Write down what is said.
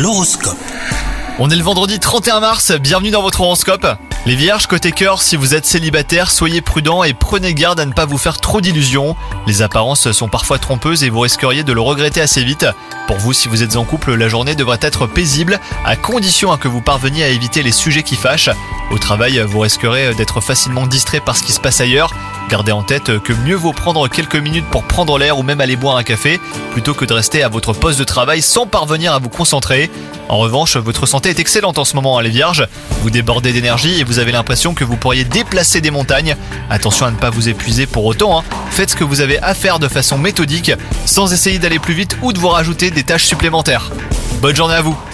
L'horoscope. On est le vendredi 31 mars, bienvenue dans votre horoscope. Les vierges, côté cœur, si vous êtes célibataire, soyez prudents et prenez garde à ne pas vous faire trop d'illusions. Les apparences sont parfois trompeuses et vous risqueriez de le regretter assez vite. Pour vous, si vous êtes en couple, la journée devrait être paisible, à condition que vous parveniez à éviter les sujets qui fâchent. Au travail, vous risquerez d'être facilement distrait par ce qui se passe ailleurs. Gardez en tête que mieux vaut prendre quelques minutes pour prendre l'air ou même aller boire un café, plutôt que de rester à votre poste de travail sans parvenir à vous concentrer. En revanche, votre santé est excellente en ce moment, les vierges. Vous débordez d'énergie et vous avez l'impression que vous pourriez déplacer des montagnes. Attention à ne pas vous épuiser pour autant. Faites ce que vous avez à faire de façon méthodique, sans essayer d'aller plus vite ou de vous rajouter des tâches supplémentaires. Bonne journée à vous!